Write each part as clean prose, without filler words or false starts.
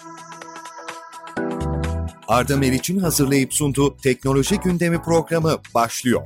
Arda Meriç'in hazırlayıp sunduğu Teknoloji Gündemi programı başlıyor.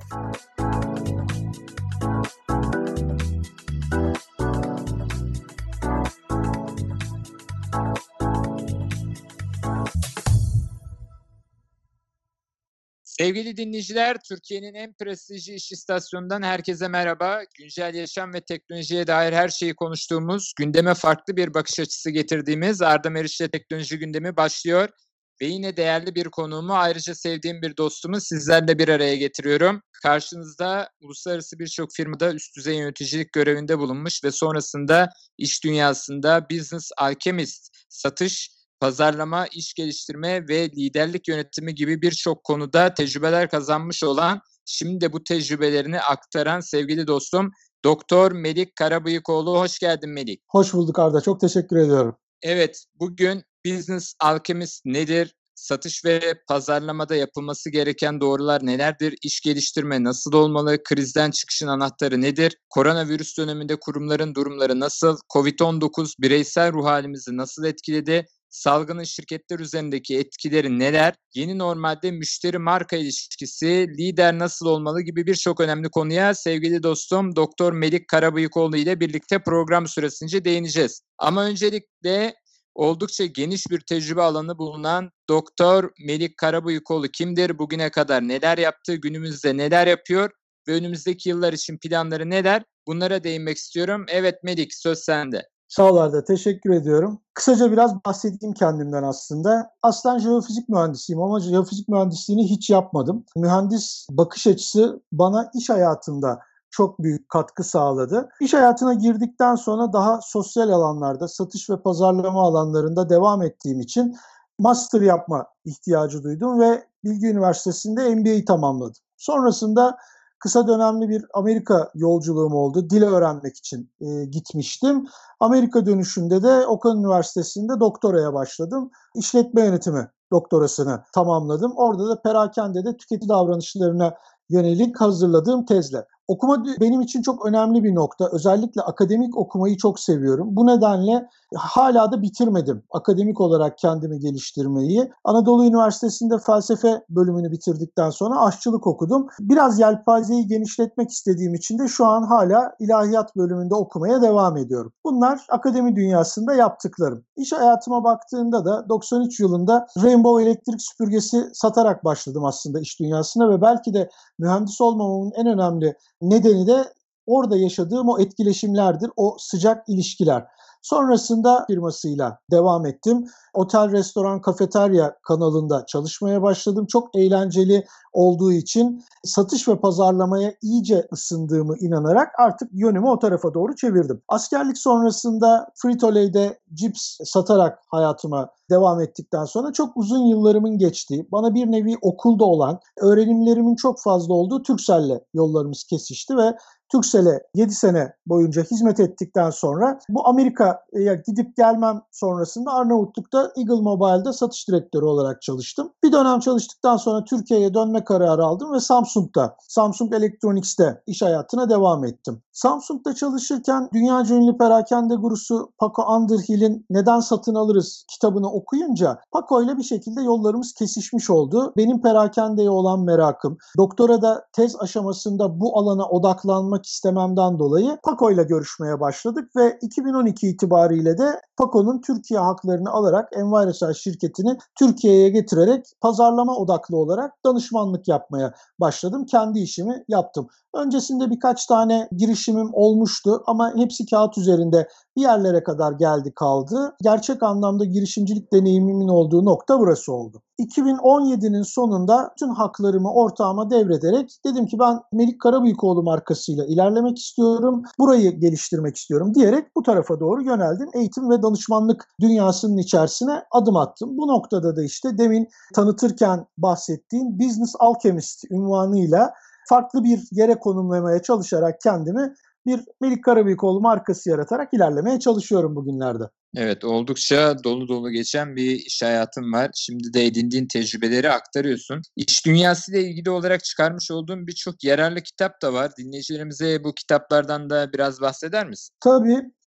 Sevgili dinleyiciler, Türkiye'nin en prestijli iş istasyonundan herkese merhaba. Güncel yaşam ve teknolojiye dair her şeyi konuştuğumuz, gündeme farklı bir bakış açısı getirdiğimiz Arda Meriç'le Teknoloji Gündemi başlıyor. Ve yine değerli bir konuğumu, ayrıca sevdiğim bir dostumu sizlerle bir araya getiriyorum. Karşınızda uluslararası birçok firmada üst düzey yöneticilik görevinde bulunmuş ve sonrasında iş dünyasında business alchemist, satış, pazarlama, iş geliştirme ve liderlik yönetimi gibi birçok konuda tecrübeler kazanmış olan, şimdi de bu tecrübelerini aktaran sevgili dostum Doktor Melik Karabıyıkoğlu. Hoş geldin Melik. Hoş bulduk Arda. Çok teşekkür ediyorum. Evet, bugün Business Alchemist nedir? Satış ve pazarlamada yapılması gereken doğrular nelerdir? İş geliştirme nasıl olmalı? Krizden çıkışın anahtarı nedir? Koronavirüs döneminde kurumların durumları nasıl? Covid-19 bireysel ruh halimizi nasıl etkiledi? Salgının şirketler üzerindeki etkileri neler? Yeni normalde müşteri marka ilişkisi, lider nasıl olmalı gibi birçok önemli konuya sevgili dostum Doktor Melik Karabıyıkoğlu ile birlikte program süresince değineceğiz. Ama öncelikle oldukça geniş bir tecrübe alanı bulunan Doktor Melik Karabıyıkoğlu kimdir? Bugüne kadar neler yaptı? Günümüzde neler yapıyor? Ve önümüzdeki yıllar için planları neler? Bunlara değinmek istiyorum. Evet Melik, söz sende. Sağ ol Arda. Teşekkür ediyorum. Kısaca biraz bahsedeyim kendimden aslında. Aslen jeofizik mühendisiyim ama jeofizik mühendisliğini hiç yapmadım. Mühendis bakış açısı bana iş hayatında çok büyük katkı sağladı. İş hayatına girdikten sonra daha sosyal alanlarda, satış ve pazarlama alanlarında devam ettiğim için master yapma ihtiyacı duydum ve Bilgi Üniversitesi'nde MBA'yi tamamladım. Sonrasında kısa dönemli bir Amerika yolculuğum oldu. Dil öğrenmek için gitmiştim. Amerika dönüşünde de Okan Üniversitesi'nde doktoraya başladım. İşletme yönetimi doktorasını tamamladım. Orada da perakendede tüketici davranışlarına yönelik hazırladığım tezle. Okuma benim için çok önemli bir nokta. Özellikle akademik okumayı çok seviyorum. Bu nedenle hala da bitirmedim akademik olarak kendimi geliştirmeyi. Anadolu Üniversitesi'nde felsefe bölümünü bitirdikten sonra aşçılık okudum. Biraz yelpazeyi genişletmek istediğim için de şu an hala ilahiyat bölümünde okumaya devam ediyorum. Bunlar akademi dünyasında yaptıklarım. İş hayatıma baktığımda da 93 yılında Rainbow elektrik süpürgesi satarak başladım aslında iş dünyasına ve belki de mühendis olmamamın en önemli nedeni de orada yaşadığım o etkileşimlerdir, o sıcak ilişkiler. Sonrasında firmasıyla devam ettim. Otel, restoran, kafeterya kanalında çalışmaya başladım. Çok eğlenceli olduğu için satış ve pazarlamaya iyice ısındığımı inanarak artık yönümü o tarafa doğru çevirdim. Askerlik sonrasında Frito-Lay'de cips satarak hayatıma devam ettikten sonra çok uzun yıllarımın geçtiği, bana bir nevi okulda olan, öğrenimlerimin çok fazla olduğu Turkcell'le yollarımız kesişti ve Turkcell'e 7 sene boyunca hizmet ettikten sonra bu Amerika'ya gidip gelmem sonrasında Arnavutluk'ta Eagle Mobile'da satış direktörü olarak çalıştım. Bir dönem çalıştıktan sonra Türkiye'ye dönme kararı aldım ve Samsung Electronics'te iş hayatına devam ettim. Samsung'da çalışırken dünyaca ünlü perakende gurusu Paco Underhill'in Neden Satın Alırız kitabını okuyunca Paco ile bir şekilde yollarımız kesişmiş oldu. Benim perakendeye olan merakım, doktora da tez aşamasında bu alana odaklanmak istememden dolayı Paco ile görüşmeye başladık ve 2012 itibariyle de Paco'nun Türkiye haklarını alarak Envirosel şirketini Türkiye'ye getirerek pazarlama odaklı olarak danışmanlık yapmaya başladım. Kendi işimi yaptım. Öncesinde birkaç tane girişimim olmuştu ama hepsi kağıt üzerinde bir yerlere kadar geldi kaldı. Gerçek anlamda girişimcilik deneyimimin olduğu nokta burası oldu. 2017'nin sonunda tüm haklarımı ortağıma devrederek dedim ki ben Melik Karabıyıkoğlu markasıyla ilerlemek istiyorum, burayı geliştirmek istiyorum diyerek bu tarafa doğru yöneldim. Eğitim ve danışmanlık dünyasının içerisine adım attım. Bu noktada da işte demin tanıtırken bahsettiğim Business Alchemist unvanıyla farklı bir yere konumlamaya çalışarak kendimi bir Melik Karabıyıkoğlu markası yaratarak ilerlemeye çalışıyorum bugünlerde. Evet, oldukça dolu dolu geçen bir iş hayatın var. Şimdi de edindiğin tecrübeleri aktarıyorsun. İş dünyasıyla ilgili olarak çıkarmış olduğun birçok yararlı kitap da var. Dinleyicilerimize bu kitaplardan da biraz bahseder misin? Tabii.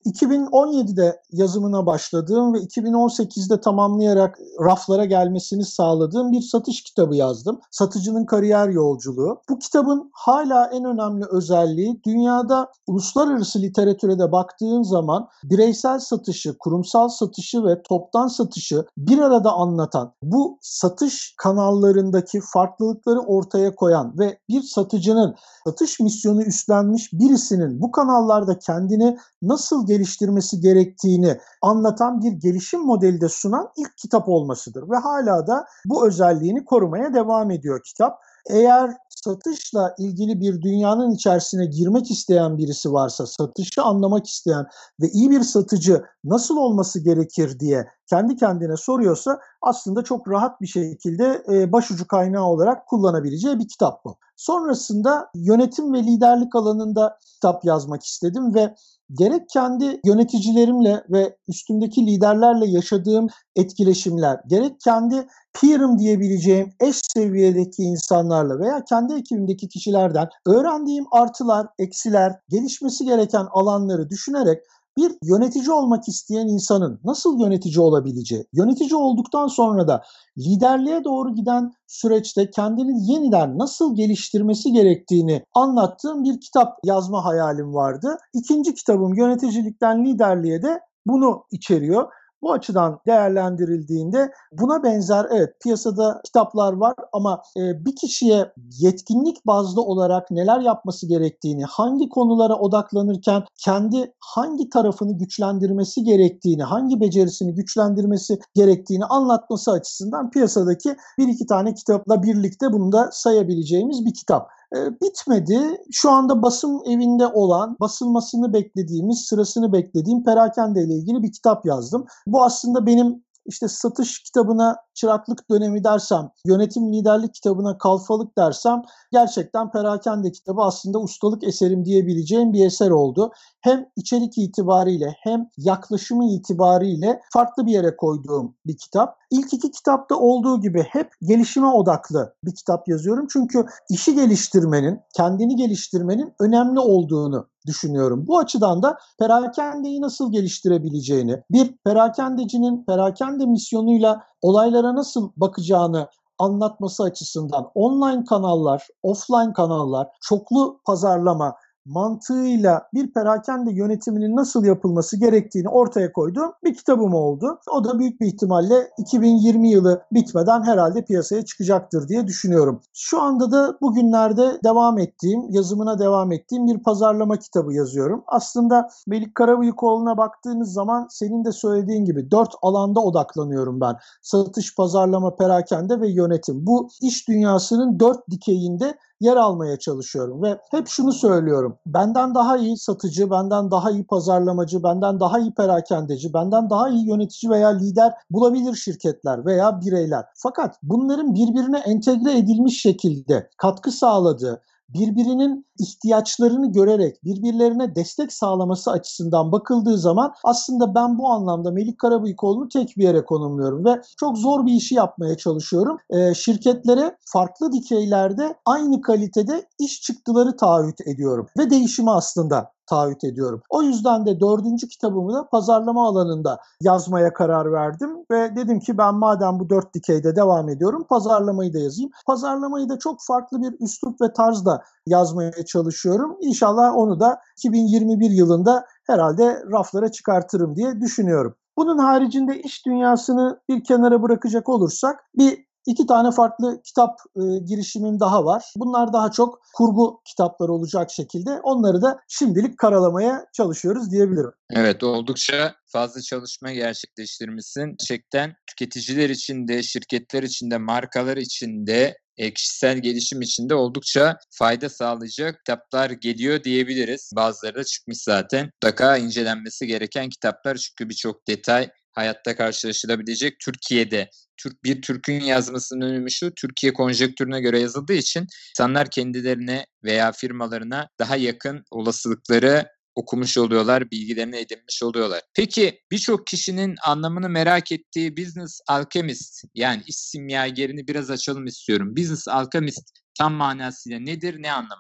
2017'de yazımına başladığım ve 2018'de tamamlayarak raflara gelmesini sağladığım bir satış kitabı yazdım. Satıcının Kariyer Yolculuğu. Bu kitabın hala en önemli özelliği, dünyada uluslararası literatüre de baktığın zaman bireysel satışı, kurumsal satışı ve toptan satışı bir arada anlatan, bu satış kanallarındaki farklılıkları ortaya koyan ve bir satıcının satış misyonu üstlenmiş birisinin bu kanallarda kendini nasıl geliştirmesi gerektiğini anlatan bir gelişim modeli de sunan ilk kitap olmasıdır. Ve hala da bu özelliğini korumaya devam ediyor kitap. Eğer satışla ilgili bir dünyanın içerisine girmek isteyen birisi varsa, satışı anlamak isteyen ve iyi bir satıcı nasıl olması gerekir diye kendi kendine soruyorsa aslında çok rahat bir şekilde başucu kaynağı olarak kullanabileceği bir kitap bu. Sonrasında yönetim ve liderlik alanında kitap yazmak istedim ve gerek kendi yöneticilerimle ve üstümdeki liderlerle yaşadığım etkileşimler, gerek kendi peer'ım diyebileceğim eş seviyedeki insanlarla veya kendi ekibimdeki kişilerden öğrendiğim artılar, eksiler, gelişmesi gereken alanları düşünerek bir yönetici olmak isteyen insanın nasıl yönetici olabileceği, yönetici olduktan sonra da liderliğe doğru giden süreçte kendini yeniden nasıl geliştirmesi gerektiğini anlattığım bir kitap yazma hayalim vardı. İkinci kitabım Yöneticilikten Liderliğe de bunu içeriyor. Bu açıdan değerlendirildiğinde buna benzer piyasada kitaplar var ama bir kişiye yetkinlik bazlı olarak neler yapması gerektiğini, hangi konulara odaklanırken kendi hangi tarafını güçlendirmesi gerektiğini, hangi becerisini güçlendirmesi gerektiğini anlatması açısından piyasadaki bir iki tane kitapla birlikte bunu da sayabileceğimiz bir kitap. Bitmedi. Şu anda basım evinde olan, basılmasını beklediğimiz, sırasını beklediğim perakende ile ilgili bir kitap yazdım. Bu aslında benim satış kitabına çıraklık dönemi dersem, yönetim liderlik kitabına kalfalık dersem gerçekten perakende kitabı aslında ustalık eserim diyebileceğim bir eser oldu. Hem içerik itibariyle hem yaklaşımı itibariyle farklı bir yere koyduğum bir kitap. İlk iki kitapta olduğu gibi hep gelişime odaklı bir kitap yazıyorum. Çünkü işi geliştirmenin, kendini geliştirmenin önemli olduğunu düşünüyorum. Bu açıdan da perakendeyi nasıl geliştirebileceğini, bir perakendecinin perakende misyonuyla olaylara nasıl bakacağını anlatması açısından online kanallar, offline kanallar, çoklu pazarlama mantığıyla bir perakende yönetiminin nasıl yapılması gerektiğini ortaya koyduğum bir kitabım oldu. O da büyük bir ihtimalle 2020 yılı bitmeden herhalde piyasaya çıkacaktır diye düşünüyorum. Şu anda da bugünlerde yazımına devam ettiğim bir pazarlama kitabı yazıyorum. Aslında Melik Karabıyıkoğlu'na baktığınız zaman senin de söylediğin gibi 4 alanda odaklanıyorum ben. Satış, pazarlama, perakende ve yönetim. Bu iş dünyasının 4 dikeyinde yer almaya çalışıyorum ve hep şunu söylüyorum. Benden daha iyi satıcı, benden daha iyi pazarlamacı, benden daha iyi perakendeci, benden daha iyi yönetici veya lider bulabilir şirketler veya bireyler. Fakat bunların birbirine entegre edilmiş şekilde katkı sağladığı, birbirinin ihtiyaçlarını görerek birbirlerine destek sağlaması açısından bakıldığı zaman aslında ben bu anlamda Melik Karabıyıkoğlu'nu tek bir yere konumluyorum ve çok zor bir işi yapmaya çalışıyorum. Şirketlere farklı dikeylerde aynı kalitede iş çıktıları taahhüt ediyorum ve değişimi aslında taahhüt ediyorum. O yüzden de 4. kitabımı da pazarlama alanında yazmaya karar verdim ve dedim ki ben madem bu 4 dikeyde devam ediyorum, pazarlamayı da yazayım. Pazarlamayı da çok farklı bir üslup ve tarzda yazmaya çalışıyorum. İnşallah onu da 2021 yılında herhalde raflara çıkartırım diye düşünüyorum. Bunun haricinde iş dünyasını bir kenara bırakacak olursak İki tane farklı kitap girişimim daha var. Bunlar daha çok kurgu kitapları olacak şekilde. Onları da şimdilik karalamaya çalışıyoruz diyebilirim. Evet, oldukça fazla çalışma gerçekleştirmişsin. Gerçekten tüketiciler için de, şirketler için de, markalar için de, kişisel gelişim için de oldukça fayda sağlayacak kitaplar geliyor diyebiliriz. Bazıları da çıkmış zaten. Mutlaka incelenmesi gereken kitaplar çünkü birçok detay hayatta karşılaşılabilecek. Türkiye'de bir Türk'ün yazmasının önemi şu, Türkiye konjonktürüne göre yazıldığı için insanlar kendilerine veya firmalarına daha yakın olasılıkları okumuş oluyorlar, bilgilerini edinmiş oluyorlar. Peki birçok kişinin anlamını merak ettiği Business Alchemist, yani iş simyagerini biraz açalım istiyorum. Business Alchemist tam manasıyla nedir, ne anlama geliyor?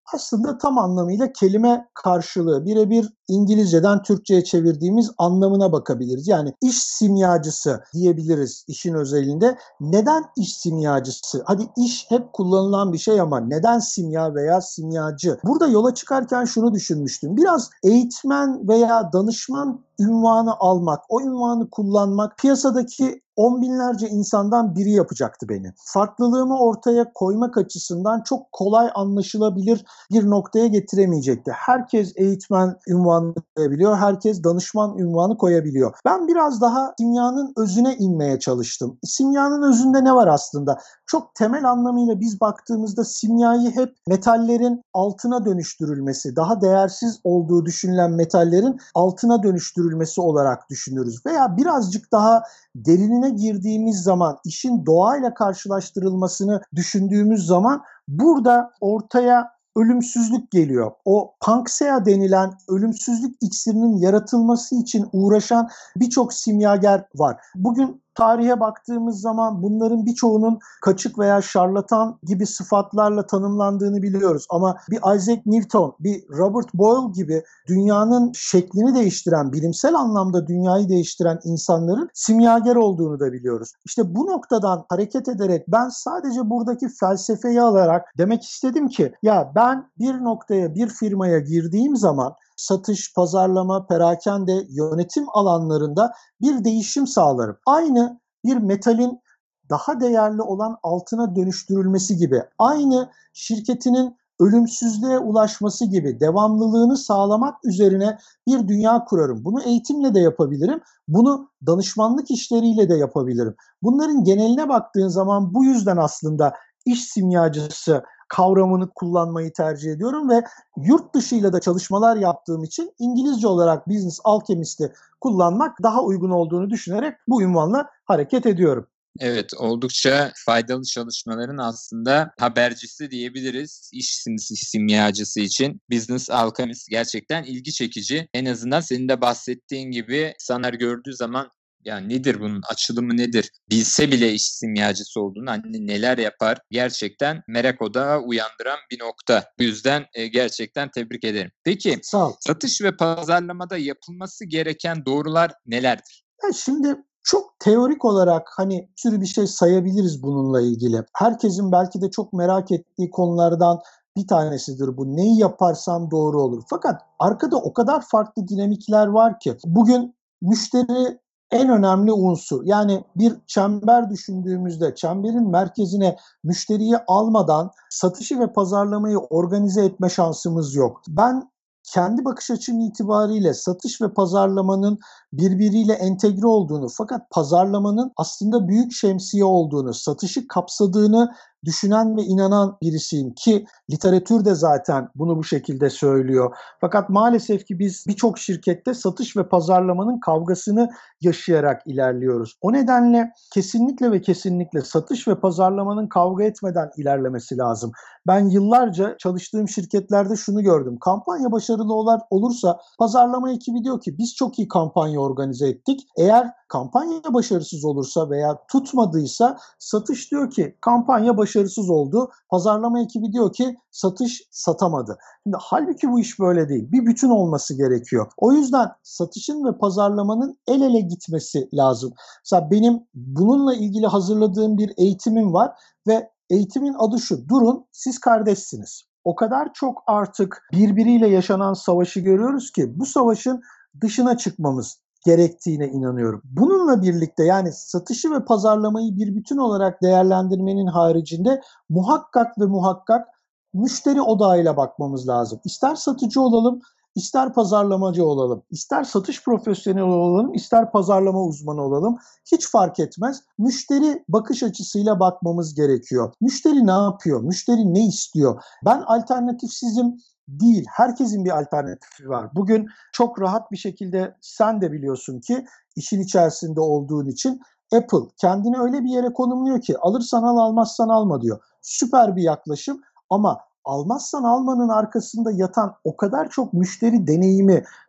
aslında tam anlamıyla kelime karşılığı, birebir İngilizceden Türkçe'ye çevirdiğimiz anlamına bakabiliriz. Yani iş simyacısı diyebiliriz işin özelinde. Neden iş simyacısı? Hadi iş hep kullanılan bir şey ama neden simya veya simyacı? Burada yola çıkarken şunu düşünmüştüm. Biraz eğitmen veya danışman ünvanı almak, o ünvanı kullanmak piyasadaki on binlerce insandan biri yapacaktı beni. Farklılığımı ortaya koymak açısından çok kolay anlaşılabilir bir noktaya getiremeyecekti. Herkes eğitmen ünvanını koyabiliyor, herkes danışman ünvanı koyabiliyor. Ben biraz daha simyanın özüne inmeye çalıştım. Simyanın özünde ne var aslında? Çok temel anlamıyla biz baktığımızda simyayı hep metallerin altına dönüştürülmesi, daha değersiz olduğu düşünülen metallerin altına dönüştürülmesi olarak düşünürüz. Veya birazcık daha derinine girdiğimiz zaman, işin doğayla karşılaştırılmasını düşündüğümüz zaman burada ortaya ölümsüzlük geliyor. O Panksea denilen ölümsüzlük iksirinin yaratılması için uğraşan birçok simyager var. Bugün tarihe baktığımız zaman bunların birçoğunun kaçık veya şarlatan gibi sıfatlarla tanımlandığını biliyoruz. Ama bir Isaac Newton, bir Robert Boyle gibi dünyanın şeklini değiştiren, bilimsel anlamda dünyayı değiştiren insanların simyager olduğunu da biliyoruz. İşte bu noktadan hareket ederek ben sadece buradaki felsefeyi alarak demek istedim ki ya ben bir noktaya, bir firmaya girdiğim zaman satış, pazarlama, perakende, yönetim alanlarında bir değişim sağlarım. Aynı bir metalin daha değerli olan altına dönüştürülmesi gibi, aynı şirketinin ölümsüzlüğe ulaşması gibi devamlılığını sağlamak üzerine bir dünya kurarım. Bunu eğitimle de yapabilirim, bunu danışmanlık işleriyle de yapabilirim. Bunların geneline baktığın zaman bu yüzden aslında iş simyacısı kavramını kullanmayı tercih ediyorum ve yurt dışıyla da çalışmalar yaptığım için İngilizce olarak Business Alchemist'i kullanmak daha uygun olduğunu düşünerek bu ünvanla hareket ediyorum. Evet, oldukça faydalı çalışmaların aslında habercisi diyebiliriz. İş simyacısı için Business Alchemist gerçekten ilgi çekici. En azından senin de bahsettiğin gibi insanlar gördüğü zaman yani nedir bunun açılımı nedir? Bilse bile iş simyacısı olduğunu, hani neler yapar gerçekten merak odağı uyandıran bir nokta. Bu yüzden gerçekten tebrik ederim. Peki Sağ ol. satış ve pazarlamada yapılması gereken doğrular nelerdir? Şimdi çok teorik olarak hani bir sürü bir şey sayabiliriz bununla ilgili. Herkesin belki de çok merak ettiği konulardan bir tanesidir bu. Neyi yaparsam doğru olur. Fakat arkada o kadar farklı dinamikler var ki bugün müşteri en önemli unsur. Yani bir çember düşündüğümüzde çemberin merkezine müşteriyi almadan satışı ve pazarlamayı organize etme şansımız yok. Ben kendi bakış açım itibariyle satış ve pazarlamanın birbiriyle entegre olduğunu fakat pazarlamanın aslında büyük şemsiye olduğunu, satışı kapsadığını düşünen ve inanan birisiyim ki literatür de zaten bunu bu şekilde söylüyor. Fakat maalesef ki biz birçok şirkette satış ve pazarlamanın kavgasını yaşayarak ilerliyoruz. O nedenle kesinlikle ve kesinlikle satış ve pazarlamanın kavga etmeden ilerlemesi lazım. Ben yıllarca çalıştığım şirketlerde şunu gördüm. Kampanya başarılı olursa pazarlama ekibi diyor ki biz çok iyi kampanya organize ettik. Eğer kampanya başarısız olursa veya tutmadıysa satış diyor ki kampanya başarısız oldu. Pazarlama ekibi diyor ki satış satamadı. Şimdi halbuki bu iş böyle değil. Bir bütün olması gerekiyor. O yüzden satışın ve pazarlamanın el ele gitmesi lazım. Mesela benim bununla ilgili hazırladığım bir eğitimim var ve eğitimin adı şu: durun, siz kardeşsiniz. O kadar çok artık birbiriyle yaşanan savaşı görüyoruz ki bu savaşın dışına çıkmamız gerektiğine inanıyorum. Bununla birlikte yani satışı ve pazarlamayı bir bütün olarak değerlendirmenin haricinde muhakkak ve muhakkak müşteri odağıyla bakmamız lazım. İster satıcı olalım, ister pazarlamacı olalım, ister satış profesyoneli olalım, ister pazarlama uzmanı olalım. Hiç fark etmez. Müşteri bakış açısıyla bakmamız gerekiyor. Müşteri ne yapıyor? Müşteri ne istiyor? Ben alternatifsizim değil. Herkesin bir alternatifi var. Bugün çok rahat bir şekilde sen de biliyorsun ki işin içerisinde olduğun için Apple kendini öyle bir yere konumluyor ki alırsan al, almazsan alma diyor. Süper bir yaklaşım ama almazsan almanın arkasında yatan o kadar çok müşteri deneyimi,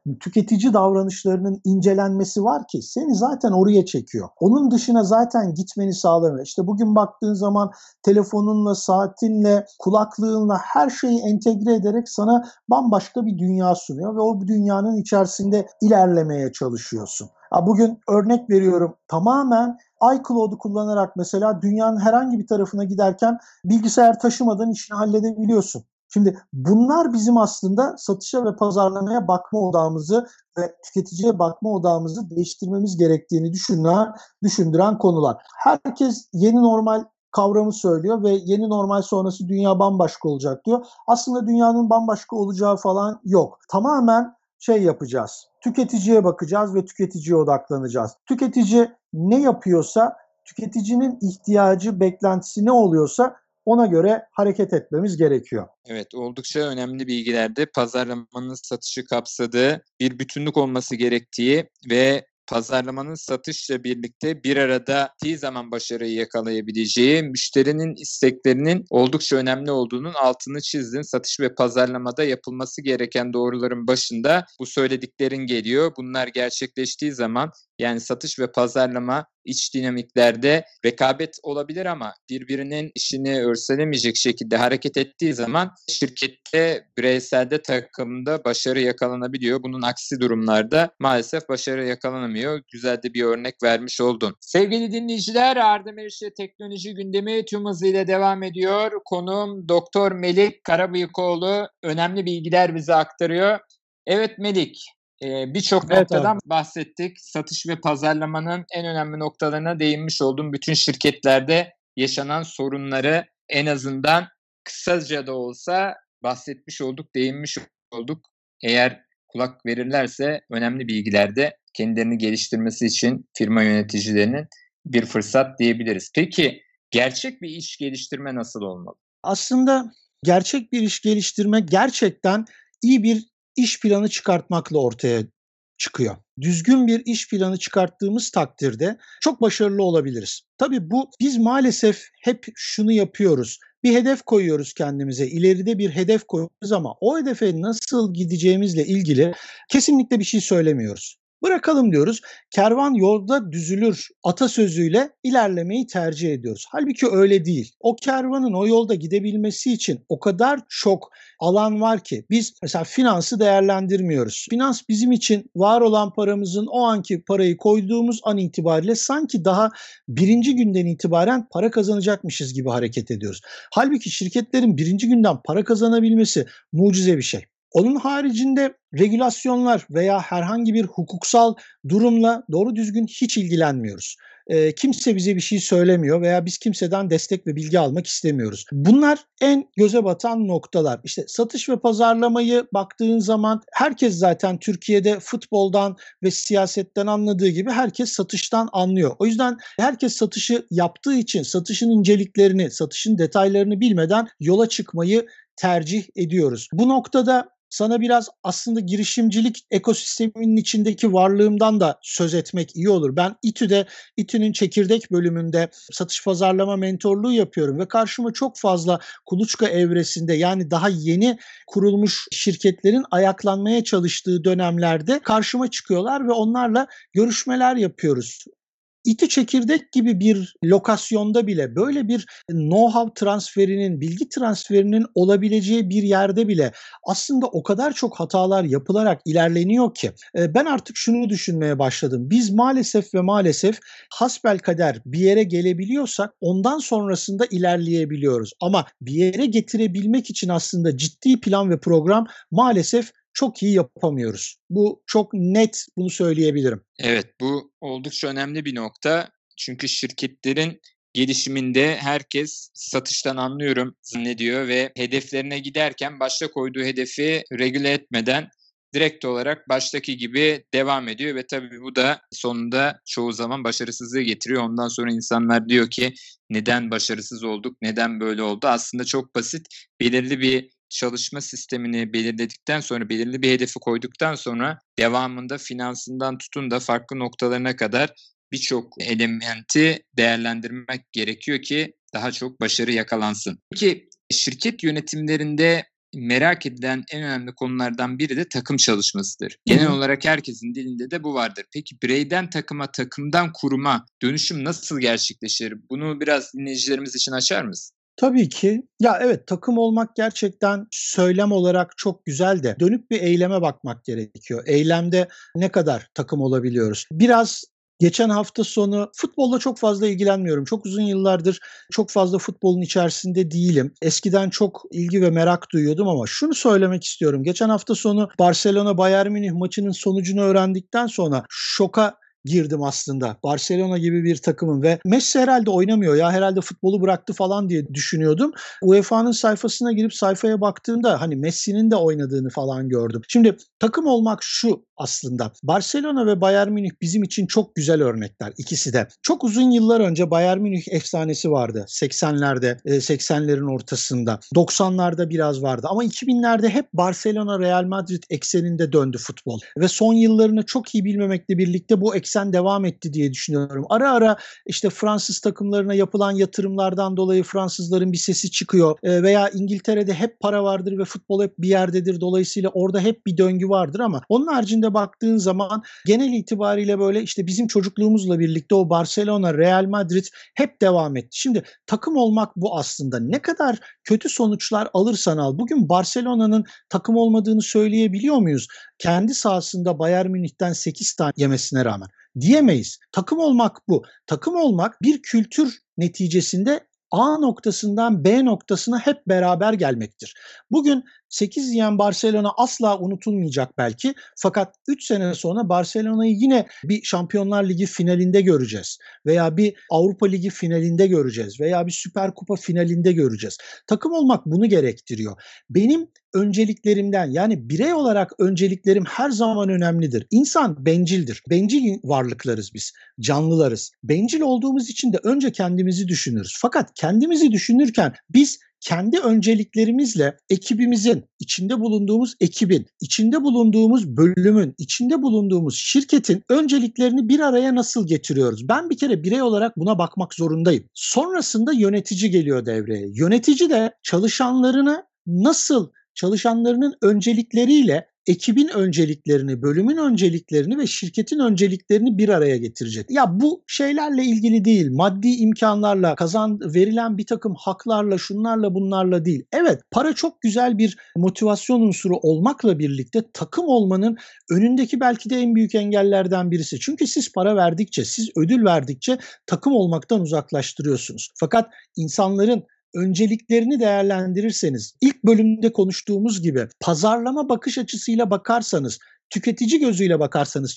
tüketici davranışlarının incelenmesi var ki seni zaten oraya çekiyor. Onun dışına zaten gitmeni sağlamıyor. İşte bugün baktığın zaman telefonunla, saatinle, kulaklığınla her şeyi entegre ederek sana bambaşka bir dünya sunuyor ve o dünyanın içerisinde ilerlemeye çalışıyorsun. Bugün örnek veriyorum, tamamen iCloud'u kullanarak mesela dünyanın herhangi bir tarafına giderken bilgisayar taşımadan işini halledebiliyorsun. Şimdi bunlar bizim aslında satışa ve pazarlamaya bakma odağımızı ve tüketiciye bakma odağımızı değiştirmemiz gerektiğini düşündüren konular. Herkes yeni normal kavramı söylüyor ve yeni normal sonrası dünya bambaşka olacak diyor. Aslında dünyanın bambaşka olacağı falan yok. Tamamen yapacağız. Tüketiciye bakacağız ve tüketiciye odaklanacağız. Tüketici ne yapıyorsa, tüketicinin ihtiyacı, beklentisi ne oluyorsa ona göre hareket etmemiz gerekiyor. Evet, oldukça önemli bilgilerde pazarlamanın satışı kapsadığı bir bütünlük olması gerektiği ve pazarlamanın satışla birlikte bir arada gittiği zaman başarıyı yakalayabileceği, müşterinin isteklerinin oldukça önemli olduğunun altını çizdin. Satış ve pazarlamada yapılması gereken doğruların başında bu söylediklerin geliyor. Bunlar gerçekleştiği zaman, yani satış ve pazarlama iç dinamiklerde rekabet olabilir ama birbirinin işini örselemeyecek şekilde hareket ettiği zaman şirkette, bireyselde, takımda başarı yakalanabiliyor. Bunun aksi durumlarda maalesef başarı yakalanamıyor. Güzel de bir örnek vermiş oldun. Sevgili dinleyiciler, Arda Meriç'le Teknoloji Gündemi tüm hızıyla devam ediyor. Konuğum Doktor Melik Karabıyıkoğlu önemli bilgiler bize aktarıyor. Evet Melik, birçok noktadan bahsettik. Satış ve pazarlamanın en önemli noktalarına değinmiş oldum. Bütün şirketlerde yaşanan sorunları en azından kısaca da olsa bahsetmiş olduk, değinmiş olduk. Eğer kulak verirlerse önemli bilgilerde kendilerini geliştirmesi için firma yöneticilerinin bir fırsat diyebiliriz. Peki gerçek bir iş geliştirme nasıl olmalı? Aslında gerçek bir iş geliştirme gerçekten iyi bir iş planı çıkartmakla ortaya çıkıyor. Düzgün bir iş planı çıkarttığımız takdirde çok başarılı olabiliriz. Tabii biz maalesef hep şunu yapıyoruz. Bir hedef koyuyoruz kendimize, ileride bir hedef koyuyoruz ama o hedefe nasıl gideceğimizle ilgili kesinlikle bir şey söylemiyoruz. Bırakalım diyoruz. Kervan yolda düzülür atasözüyle ilerlemeyi tercih ediyoruz. Halbuki öyle değil. O kervanın o yolda gidebilmesi için o kadar çok alan var ki biz mesela finansı değerlendirmiyoruz. Finans bizim için var olan paramızın o anki parayı koyduğumuz an itibariyle sanki daha birinci günden itibaren para kazanacakmışız gibi hareket ediyoruz. Halbuki şirketlerin birinci günden para kazanabilmesi mucize bir şey. Onun haricinde regülasyonlar veya herhangi bir hukuksal durumla doğru düzgün hiç ilgilenmiyoruz. Kimse bize bir şey söylemiyor veya biz kimseden destek ve bilgi almak istemiyoruz. Bunlar en göze batan noktalar. İşte satış ve pazarlamayı baktığın zaman herkes zaten Türkiye'de futboldan ve siyasetten anladığı gibi herkes satıştan anlıyor. O yüzden herkes satışı yaptığı için satışın inceliklerini, satışın detaylarını bilmeden yola çıkmayı tercih ediyoruz. Bu noktada sana biraz aslında girişimcilik ekosisteminin içindeki varlığımdan da söz etmek iyi olur. Ben İTÜ'nün çekirdek bölümünde satış pazarlama mentorluğu yapıyorum ve karşıma çok fazla kuluçka evresinde, yani daha yeni kurulmuş şirketlerin ayaklanmaya çalıştığı dönemlerde karşıma çıkıyorlar ve onlarla görüşmeler yapıyoruz. İTÜ çekirdek gibi bir lokasyonda bile böyle bir know-how transferinin, bilgi transferinin olabileceği bir yerde bile aslında o kadar çok hatalar yapılarak ilerleniyor ki ben artık şunu düşünmeye başladım. Biz maalesef hasbelkader bir yere gelebiliyorsak ondan sonrasında ilerleyebiliyoruz. Ama bir yere getirebilmek için aslında ciddi plan ve program maalesef çok iyi yapamıyoruz. Bu çok net, bunu söyleyebilirim. Evet, bu oldukça önemli bir nokta. Çünkü şirketlerin gelişiminde herkes satıştan anlıyorum zannediyor ve hedeflerine giderken başta koyduğu hedefi regüle etmeden direkt olarak baştaki gibi devam ediyor ve tabii bu da sonunda çoğu zaman başarısızlığı getiriyor. Ondan sonra insanlar diyor ki neden başarısız olduk, neden böyle oldu? Aslında çok basit, belirli bir çalışma sistemini belirledikten sonra, belirli bir hedefi koyduktan sonra devamında finansından tutun da farklı noktalarına kadar birçok elementi değerlendirmek gerekiyor ki daha çok başarı yakalansın. Peki şirket yönetimlerinde merak edilen en önemli konulardan biri de takım çalışmasıdır. Genel olarak herkesin dilinde de bu vardır. Peki bireyden takıma, takımdan kuruma dönüşüm nasıl gerçekleşir? Bunu biraz dinleyicilerimiz için açar mısın? Tabii ki. Ya evet, takım olmak gerçekten söylem olarak çok güzel de dönüp bir eyleme bakmak gerekiyor. Eylemde ne kadar takım olabiliyoruz? Biraz geçen hafta sonu futbolla çok fazla ilgilenmiyorum. Çok uzun yıllardır çok fazla futbolun içerisinde değilim. Eskiden çok ilgi ve merak duyuyordum ama şunu söylemek istiyorum. Geçen hafta sonu Barcelona-Bayern Münih maçının sonucunu öğrendikten sonra şoka girdim aslında. Barcelona gibi bir takımın ve Messi herhalde oynamıyor ya, herhalde futbolu bıraktı falan diye düşünüyordum. UEFA'nın sayfasına girip sayfaya baktığımda hani Messi'nin de oynadığını falan gördüm. Şimdi takım olmak şu aslında. Barcelona ve Bayern Münih bizim için çok güzel örnekler ikisi de. Çok uzun yıllar önce Bayern Münih efsanesi vardı. 80'lerin ortasında. 90'larda biraz vardı ama 2000'lerde hep Barcelona Real Madrid ekseninde döndü futbol. Ve son yıllarını çok iyi bilmemekle birlikte bu eksen devam etti diye düşünüyorum. Ara ara işte Fransız takımlarına yapılan yatırımlardan dolayı Fransızların bir sesi çıkıyor. Veya İngiltere'de hep para vardır ve futbol hep bir yerdedir. Dolayısıyla orada hep bir döngü vardır ama onun haricinde baktığın zaman genel itibariyle böyle işte bizim çocukluğumuzla birlikte o Barcelona, Real Madrid hep devam etti. Şimdi takım olmak bu aslında. Ne kadar kötü sonuçlar alırsan al. Bugün Barcelona'nın takım olmadığını söyleyebiliyor muyuz? Kendi sahasında Bayern Münih'ten 8 tane yemesine rağmen. Diyemeyiz. Takım olmak bu. Takım olmak bir kültür neticesinde A noktasından B noktasına hep beraber gelmektir. Bugün 8 yiyen Barcelona asla unutulmayacak belki. Fakat 3 sene sonra Barcelona'yı yine bir Şampiyonlar Ligi finalinde göreceğiz. Veya bir Avrupa Ligi finalinde göreceğiz. Veya bir Süper Kupa finalinde göreceğiz. Takım olmak bunu gerektiriyor. Benim önceliklerimden, yani birey olarak önceliklerim her zaman önemlidir. İnsan bencildir. Bencil varlıklarız biz. Canlılarız. Bencil olduğumuz için de önce kendimizi düşünürüz. Fakat kendimizi düşünürken biz kendi önceliklerimizle ekibimizin, içinde bulunduğumuz ekibin, içinde bulunduğumuz bölümün, içinde bulunduğumuz şirketin önceliklerini bir araya nasıl getiriyoruz? Ben bir kere birey olarak buna bakmak zorundayım. Sonrasında yönetici geliyor devreye. Yönetici de çalışanlarının öncelikleriyle ekibin önceliklerini, bölümün önceliklerini ve şirketin önceliklerini bir araya getirecek. Ya bu şeylerle ilgili değil, maddi imkanlarla, verilen bir takım haklarla, şunlarla bunlarla değil. Evet, para çok güzel bir motivasyon unsuru olmakla birlikte takım olmanın önündeki belki de en büyük engellerden birisi. Çünkü siz para verdikçe, siz ödül verdikçe takım olmaktan uzaklaştırıyorsunuz. Fakat insanların önceliklerini değerlendirirseniz, ilk bölümde konuştuğumuz gibi pazarlama bakış açısıyla bakarsanız, tüketici gözüyle bakarsanız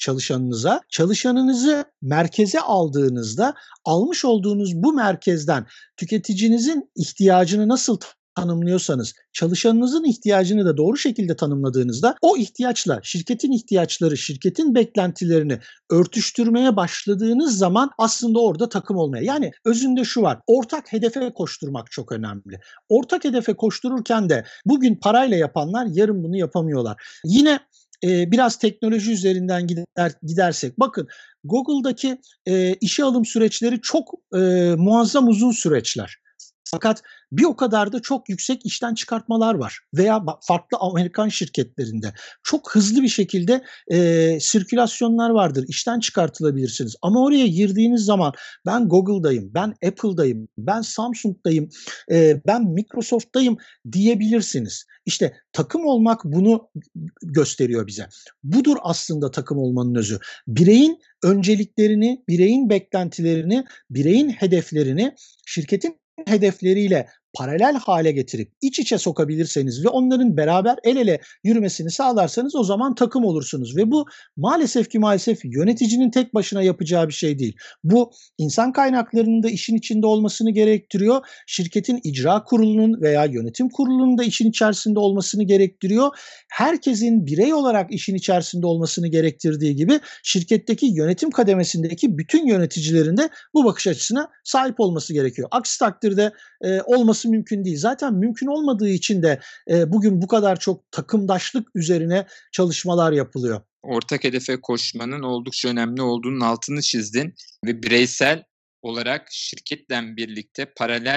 çalışanınızı merkeze aldığınızda almış olduğunuz bu merkezden tüketicinizin ihtiyacını nasıl tanımlıyorsanız, çalışanınızın ihtiyacını da doğru şekilde tanımladığınızda o ihtiyaçla şirketin ihtiyaçları, şirketin beklentilerini örtüştürmeye başladığınız zaman aslında orada takım olmaya. Yani özünde şu var. Ortak hedefe koşturmak çok önemli. Ortak hedefe koştururken de bugün parayla yapanlar yarın bunu yapamıyorlar. Yine biraz teknoloji üzerinden gidersek, bakın Google'daki işe alım süreçleri çok muazzam uzun süreçler. Fakat bir o kadar da çok yüksek işten çıkartmalar var. Veya farklı Amerikan şirketlerinde çok hızlı bir şekilde sirkülasyonlar vardır. İşten çıkartılabilirsiniz. Ama oraya girdiğiniz zaman ben Google'dayım, ben Apple'dayım, ben Samsung'dayım, ben Microsoft'tayım diyebilirsiniz. İşte takım olmak bunu gösteriyor bize. Budur aslında takım olmanın özü. Bireyin önceliklerini, bireyin beklentilerini, bireyin hedeflerini şirketin hedefleriyle paralel hale getirip iç içe sokabilirseniz ve onların beraber el ele yürümesini sağlarsanız o zaman takım olursunuz. Ve bu maalesef yöneticinin tek başına yapacağı bir şey değil. Bu insan kaynaklarının da işin içinde olmasını gerektiriyor. Şirketin icra kurulunun veya yönetim kurulunun da işin içerisinde olmasını gerektiriyor. Herkesin birey olarak işin içerisinde olmasını gerektirdiği gibi şirketteki yönetim kademesindeki bütün yöneticilerin de bu bakış açısına sahip olması gerekiyor. Aksi takdirde olması mümkün değil. Zaten mümkün olmadığı için de bugün bu kadar çok takımdaşlık üzerine çalışmalar yapılıyor. Ortak hedefe koşmanın oldukça önemli olduğunun altını çizdin ve bireysel olarak şirketle birlikte paralel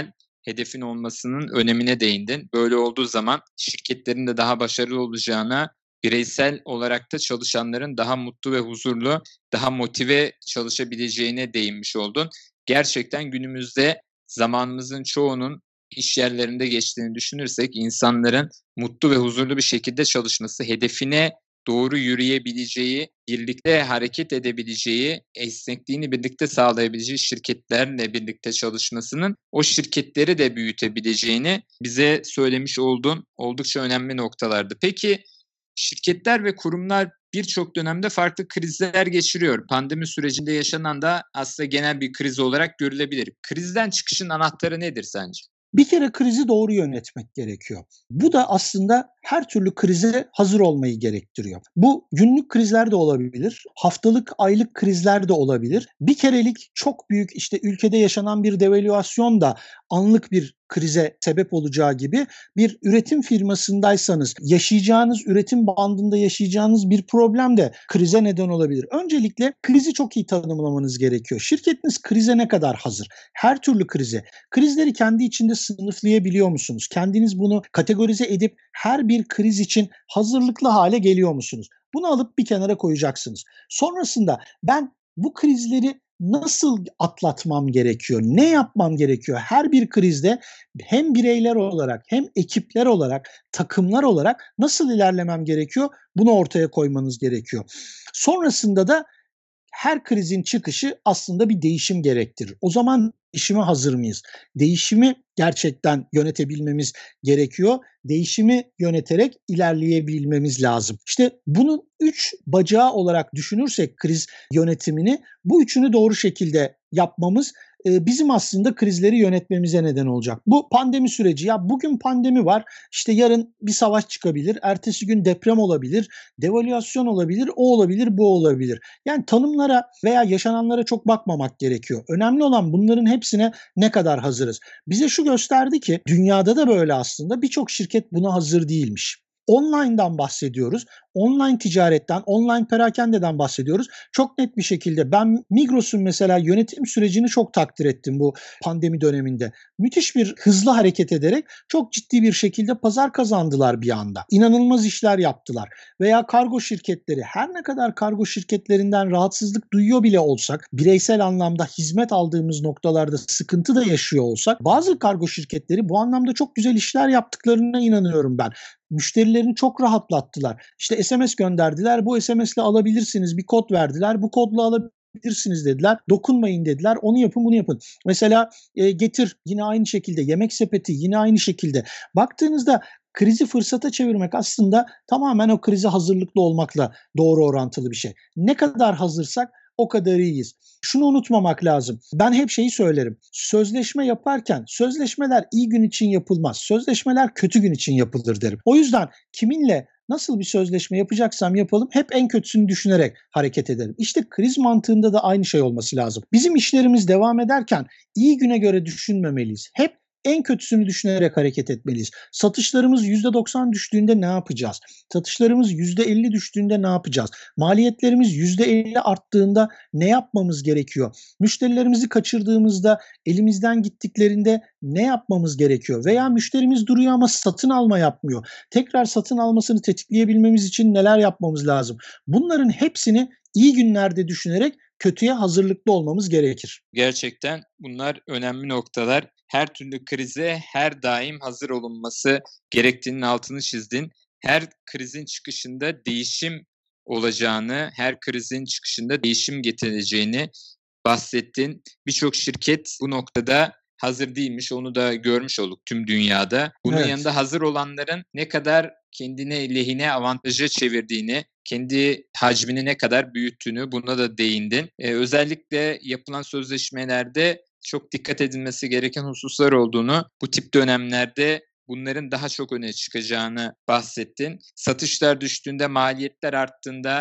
hedefin olmasının önemine değindin. Böyle olduğu zaman şirketlerin de daha başarılı olacağına, bireysel olarak da çalışanların daha mutlu ve huzurlu, daha motive çalışabileceğine değinmiş oldun. Gerçekten günümüzde zamanımızın çoğunun iş yerlerinde geçtiğini düşünürsek insanların mutlu ve huzurlu bir şekilde çalışması, hedefine doğru yürüyebileceği, birlikte hareket edebileceği, esnekliğini birlikte sağlayabileceği şirketlerle birlikte çalışmasının o şirketleri de büyütebileceğini bize söylemiş oldun. Oldukça önemli noktalardı. Peki şirketler ve kurumlar birçok dönemde farklı krizler geçiriyor. Pandemi sürecinde yaşanan da aslında genel bir kriz olarak görülebilir. Krizden çıkışın anahtarı nedir sence? Bir kere krizi doğru yönetmek gerekiyor. Bu da aslında her türlü krize hazır olmayı gerektiriyor. Bu günlük krizler de olabilir, haftalık, aylık krizler de olabilir. Bir kerelik çok büyük ülkede yaşanan bir devalüasyon da anlık bir krize sebep olacağı gibi bir üretim firmasındaysanız yaşayacağınız, üretim bandında yaşayacağınız bir problem de krize neden olabilir. Öncelikle krizi çok iyi tanımlamanız gerekiyor. Şirketiniz krize ne kadar hazır? Her türlü krize. Krizleri kendi içinde sınıflayabiliyor musunuz? Kendiniz bunu kategorize edip her bir kriz için hazırlıklı hale geliyor musunuz? Bunu alıp bir kenara koyacaksınız. Sonrasında ben bu krizleri nasıl atlatmam gerekiyor? Ne yapmam gerekiyor? Her bir krizde hem bireyler olarak hem ekipler olarak, takımlar olarak nasıl ilerlemem gerekiyor? Bunu ortaya koymanız gerekiyor. Sonrasında da her krizin çıkışı aslında bir değişim gerektirir. O zaman değişime hazır mıyız? Değişimi gerçekten yönetebilmemiz gerekiyor. Değişimi yöneterek ilerleyebilmemiz lazım. İşte bunun 3 bacağı olarak düşünürsek kriz yönetimini, bu üçünü doğru şekilde yapmamız bizim aslında krizleri yönetmemize neden olacak. Bu pandemi süreci, ya bugün pandemi var, yarın bir savaş çıkabilir, ertesi gün deprem olabilir, devalüasyon olabilir, o olabilir, bu olabilir. Yani tanımlara veya yaşananlara çok bakmamak gerekiyor. Önemli olan bunların hepsine ne kadar hazırız. Bize şu gösterdi ki dünyada da böyle aslında birçok şirket buna hazır değilmiş. Online'dan bahsediyoruz. Online ticaretten, online perakendeden bahsediyoruz. Çok net bir şekilde ben Migros'un mesela yönetim sürecini çok takdir ettim bu pandemi döneminde. Müthiş bir hızlı hareket ederek çok ciddi bir şekilde pazar kazandılar bir anda. İnanılmaz işler yaptılar. Veya kargo şirketleri, her ne kadar kargo şirketlerinden rahatsızlık duyuyor bile olsak, bireysel anlamda hizmet aldığımız noktalarda sıkıntı da yaşıyor olsak, bazı kargo şirketleri bu anlamda çok güzel işler yaptıklarına inanıyorum ben. Müşterilerini çok rahatlattılar. SMS gönderdiler. Bu SMS'le alabilirsiniz. Bir kod verdiler. Bu kodla alabilirsiniz dediler. Dokunmayın dediler. Onu yapın, bunu yapın. Mesela Getir yine aynı şekilde. Yemek Sepeti yine aynı şekilde. Baktığınızda krizi fırsata çevirmek aslında tamamen o krize hazırlıklı olmakla doğru orantılı bir şey. Ne kadar hazırsak o kadar iyiyiz. Şunu unutmamak lazım. Ben hep şeyi söylerim. Sözleşme yaparken sözleşmeler iyi gün için yapılmaz. Sözleşmeler kötü gün için yapılır derim. O yüzden kiminle nasıl bir sözleşme yapacaksam yapalım hep en kötüsünü düşünerek hareket ederim. İşte kriz mantığında da aynı şey olması lazım. Bizim işlerimiz devam ederken iyi güne göre düşünmemeliyiz. Hep en kötüsünü düşünerek hareket etmeliyiz. Satışlarımız %90 düştüğünde ne yapacağız? Satışlarımız %50 düştüğünde ne yapacağız? Maliyetlerimiz %50 arttığında ne yapmamız gerekiyor? Müşterilerimizi kaçırdığımızda, elimizden gittiklerinde ne yapmamız gerekiyor? Veya müşterimiz duruyor ama satın alma yapmıyor. Tekrar satın almasını tetikleyebilmemiz için neler yapmamız lazım? Bunların hepsini iyi günlerde düşünerek kötüye hazırlıklı olmamız gerekir. Gerçekten bunlar önemli noktalar. Her türlü krize her daim hazır olunması gerektiğinin altını çizdin. Her krizin çıkışında değişim olacağını, her krizin çıkışında değişim getireceğini bahsettin. Birçok şirket bu noktada hazır değilmiş, onu da görmüş olduk tüm dünyada. Bunun yanında hazır olanların ne kadar kendine lehine avantaja çevirdiğini, kendi hacmini ne kadar büyüttüğünü buna da değindin. Özellikle yapılan sözleşmelerde çok dikkat edilmesi gereken hususlar olduğunu, bu tip dönemlerde bunların daha çok öne çıkacağını bahsettin. Satışlar düştüğünde, maliyetler arttığında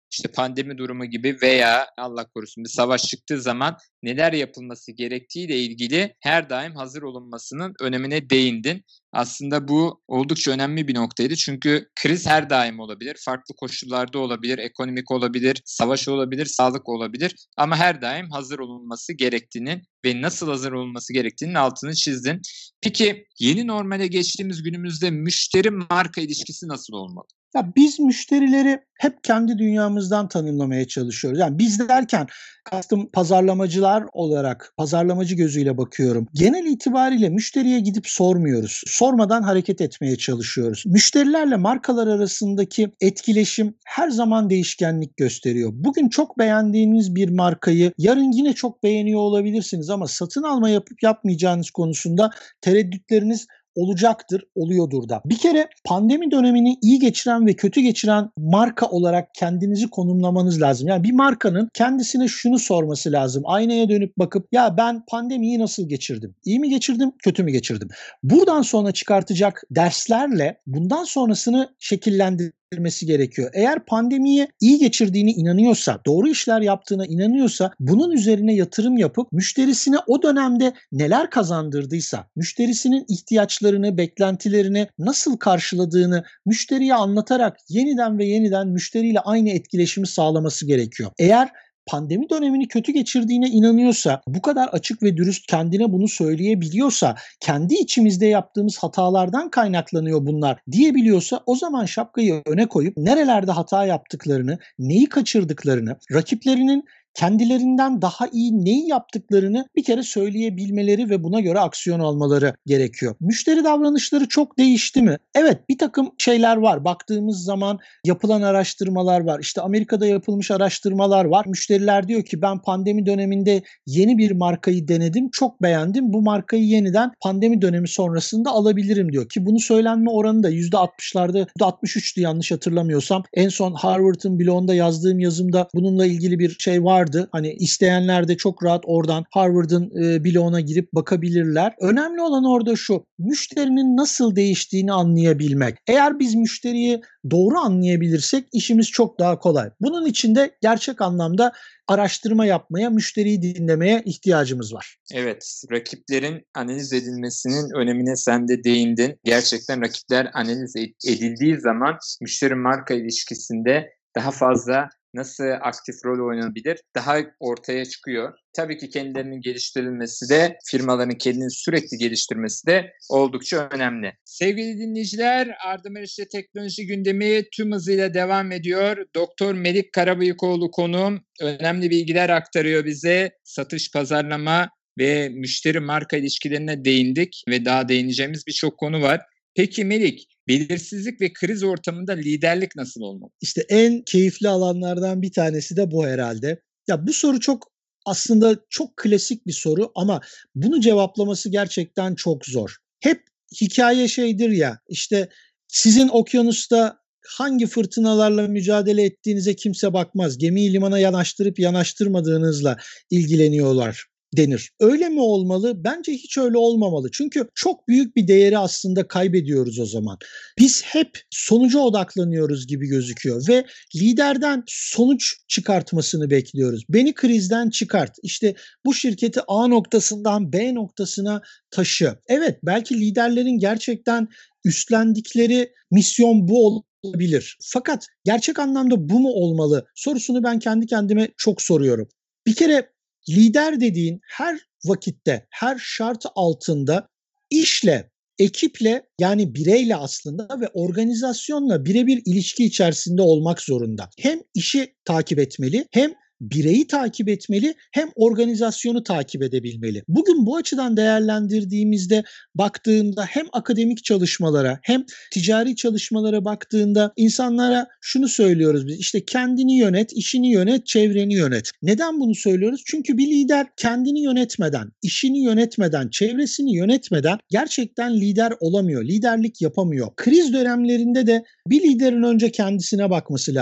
işte pandemi durumu gibi veya Allah korusun bir savaş çıktığı zaman neler yapılması gerektiğiyle ilgili her daim hazır olunmasının önemine değindin. Aslında bu oldukça önemli bir noktaydı. Çünkü kriz her daim olabilir. Farklı koşullarda olabilir, ekonomik olabilir, savaş olabilir, sağlık olabilir. Ama her daim hazır olunması gerektiğinin ve nasıl hazır olunması gerektiğinin altını çizdin. Peki yeni normale geçtiğimiz günümüzde müşteri marka ilişkisi nasıl olmalı? Ya biz müşterileri hep kendi dünyamızdan tanımlamaya çalışıyoruz. Yani biz derken kastım pazarlamacılar olarak, pazarlamacı gözüyle bakıyorum. Genel itibariyle müşteriye gidip sormuyoruz. Sormadan hareket etmeye çalışıyoruz. Müşterilerle markalar arasındaki etkileşim her zaman değişkenlik gösteriyor. Bugün çok beğendiğiniz bir markayı yarın yine çok beğeniyor olabilirsiniz ama satın alma yapıp yapmayacağınız konusunda tereddütleriniz olacaktır, oluyordur da. Bir kere pandemi dönemini iyi geçiren ve kötü geçiren marka olarak kendinizi konumlamanız lazım. Yani bir markanın kendisine şunu sorması lazım. Aynaya dönüp bakıp ya ben pandemiyi nasıl geçirdim? İyi mi geçirdim, kötü mü geçirdim? Buradan sonra çıkartacak derslerle bundan sonrasını şekillendirmesi gerekiyor. Eğer pandemiyi iyi geçirdiğine inanıyorsa, doğru işler yaptığına inanıyorsa bunun üzerine yatırım yapıp müşterisine o dönemde neler kazandırdıysa, müşterisinin ihtiyaçlarını, beklentilerini nasıl karşıladığını müşteriye anlatarak yeniden ve yeniden müşteriyle aynı etkileşimi sağlaması gerekiyor. Eğer pandemi dönemini kötü geçirdiğine inanıyorsa, bu kadar açık ve dürüst kendine bunu söyleyebiliyorsa, kendi içimizde yaptığımız hatalardan kaynaklanıyor bunlar diyebiliyorsa o zaman şapkayı öne koyup nerelerde hata yaptıklarını, neyi kaçırdıklarını, rakiplerinin kendilerinden daha iyi neyi yaptıklarını bir kere söyleyebilmeleri ve buna göre aksiyon almaları gerekiyor. Müşteri davranışları çok değişti mi? Evet, bir takım şeyler var. Baktığımız zaman yapılan araştırmalar var. İşte Amerika'da yapılmış araştırmalar var. Müşteriler diyor ki ben pandemi döneminde yeni bir markayı denedim, çok beğendim. Bu markayı yeniden pandemi dönemi sonrasında alabilirim diyor. Ki bunu söylenme oranı da %60'larda, %63'tü yanlış hatırlamıyorsam. En son Harvard'ın blogunda yazdığım yazımda bununla ilgili bir şey vardı. Hani isteyenler de çok rahat oradan Harvard'ın bloğuna girip bakabilirler. Önemli olan orada şu, müşterinin nasıl değiştiğini anlayabilmek. Eğer biz müşteriyi doğru anlayabilirsek işimiz çok daha kolay. Bunun için de gerçek anlamda araştırma yapmaya, müşteriyi dinlemeye ihtiyacımız var. Evet, rakiplerin analiz edilmesinin önemine sen de değindin. Gerçekten rakipler analiz edildiği zaman müşteri marka ilişkisinde daha fazla nasıl aktif rol oynanabilir daha ortaya çıkıyor. Tabii ki kendilerinin geliştirilmesi de firmaların kendini sürekli geliştirmesi de oldukça önemli. Sevgili dinleyiciler, Arda Meriç'te teknoloji gündemi tüm hızıyla devam ediyor. Doktor Melik Karabıyıkoğlu konuğum önemli bilgiler aktarıyor bize. Satış, pazarlama ve müşteri marka ilişkilerine değindik ve daha değineceğimiz birçok konu var. Peki Melik, belirsizlik ve kriz ortamında liderlik nasıl olmalı? İşte en keyifli alanlardan bir tanesi de bu herhalde. Ya bu soru aslında çok klasik bir soru ama bunu cevaplaması gerçekten çok zor. Hep hikaye şeydir ya, işte sizin okyanusta hangi fırtınalarla mücadele ettiğinize kimse bakmaz. Gemiyi limana yanaştırıp yanaştırmadığınızla ilgileniyorlar denir. Öyle mi olmalı? Bence hiç öyle olmamalı. Çünkü çok büyük bir değeri aslında kaybediyoruz o zaman. Biz hep sonuca odaklanıyoruz gibi gözüküyor ve liderden sonuç çıkartmasını bekliyoruz. Beni krizden çıkart. İşte bu şirketi A noktasından B noktasına taşı. Evet, belki liderlerin gerçekten üstlendikleri misyon bu olabilir. Fakat gerçek anlamda bu mu olmalı sorusunu ben kendi kendime çok soruyorum. Bir kere lider dediğin her vakitte, her şart altında işle, ekiple yani bireyle aslında ve organizasyonla birebir ilişki içerisinde olmak zorunda. Hem işi takip etmeli, hem bireyi takip etmeli, hem organizasyonu takip edebilmeli. Bugün bu açıdan değerlendirdiğimizde baktığında hem akademik çalışmalara hem ticari çalışmalara baktığında insanlara şunu söylüyoruz biz. İşte kendini yönet, işini yönet, çevreni yönet. Neden bunu söylüyoruz? Çünkü bir lider kendini yönetmeden, işini yönetmeden, çevresini yönetmeden gerçekten lider olamıyor, liderlik yapamıyor. Kriz dönemlerinde de bir liderin önce kendisine bakması lazım.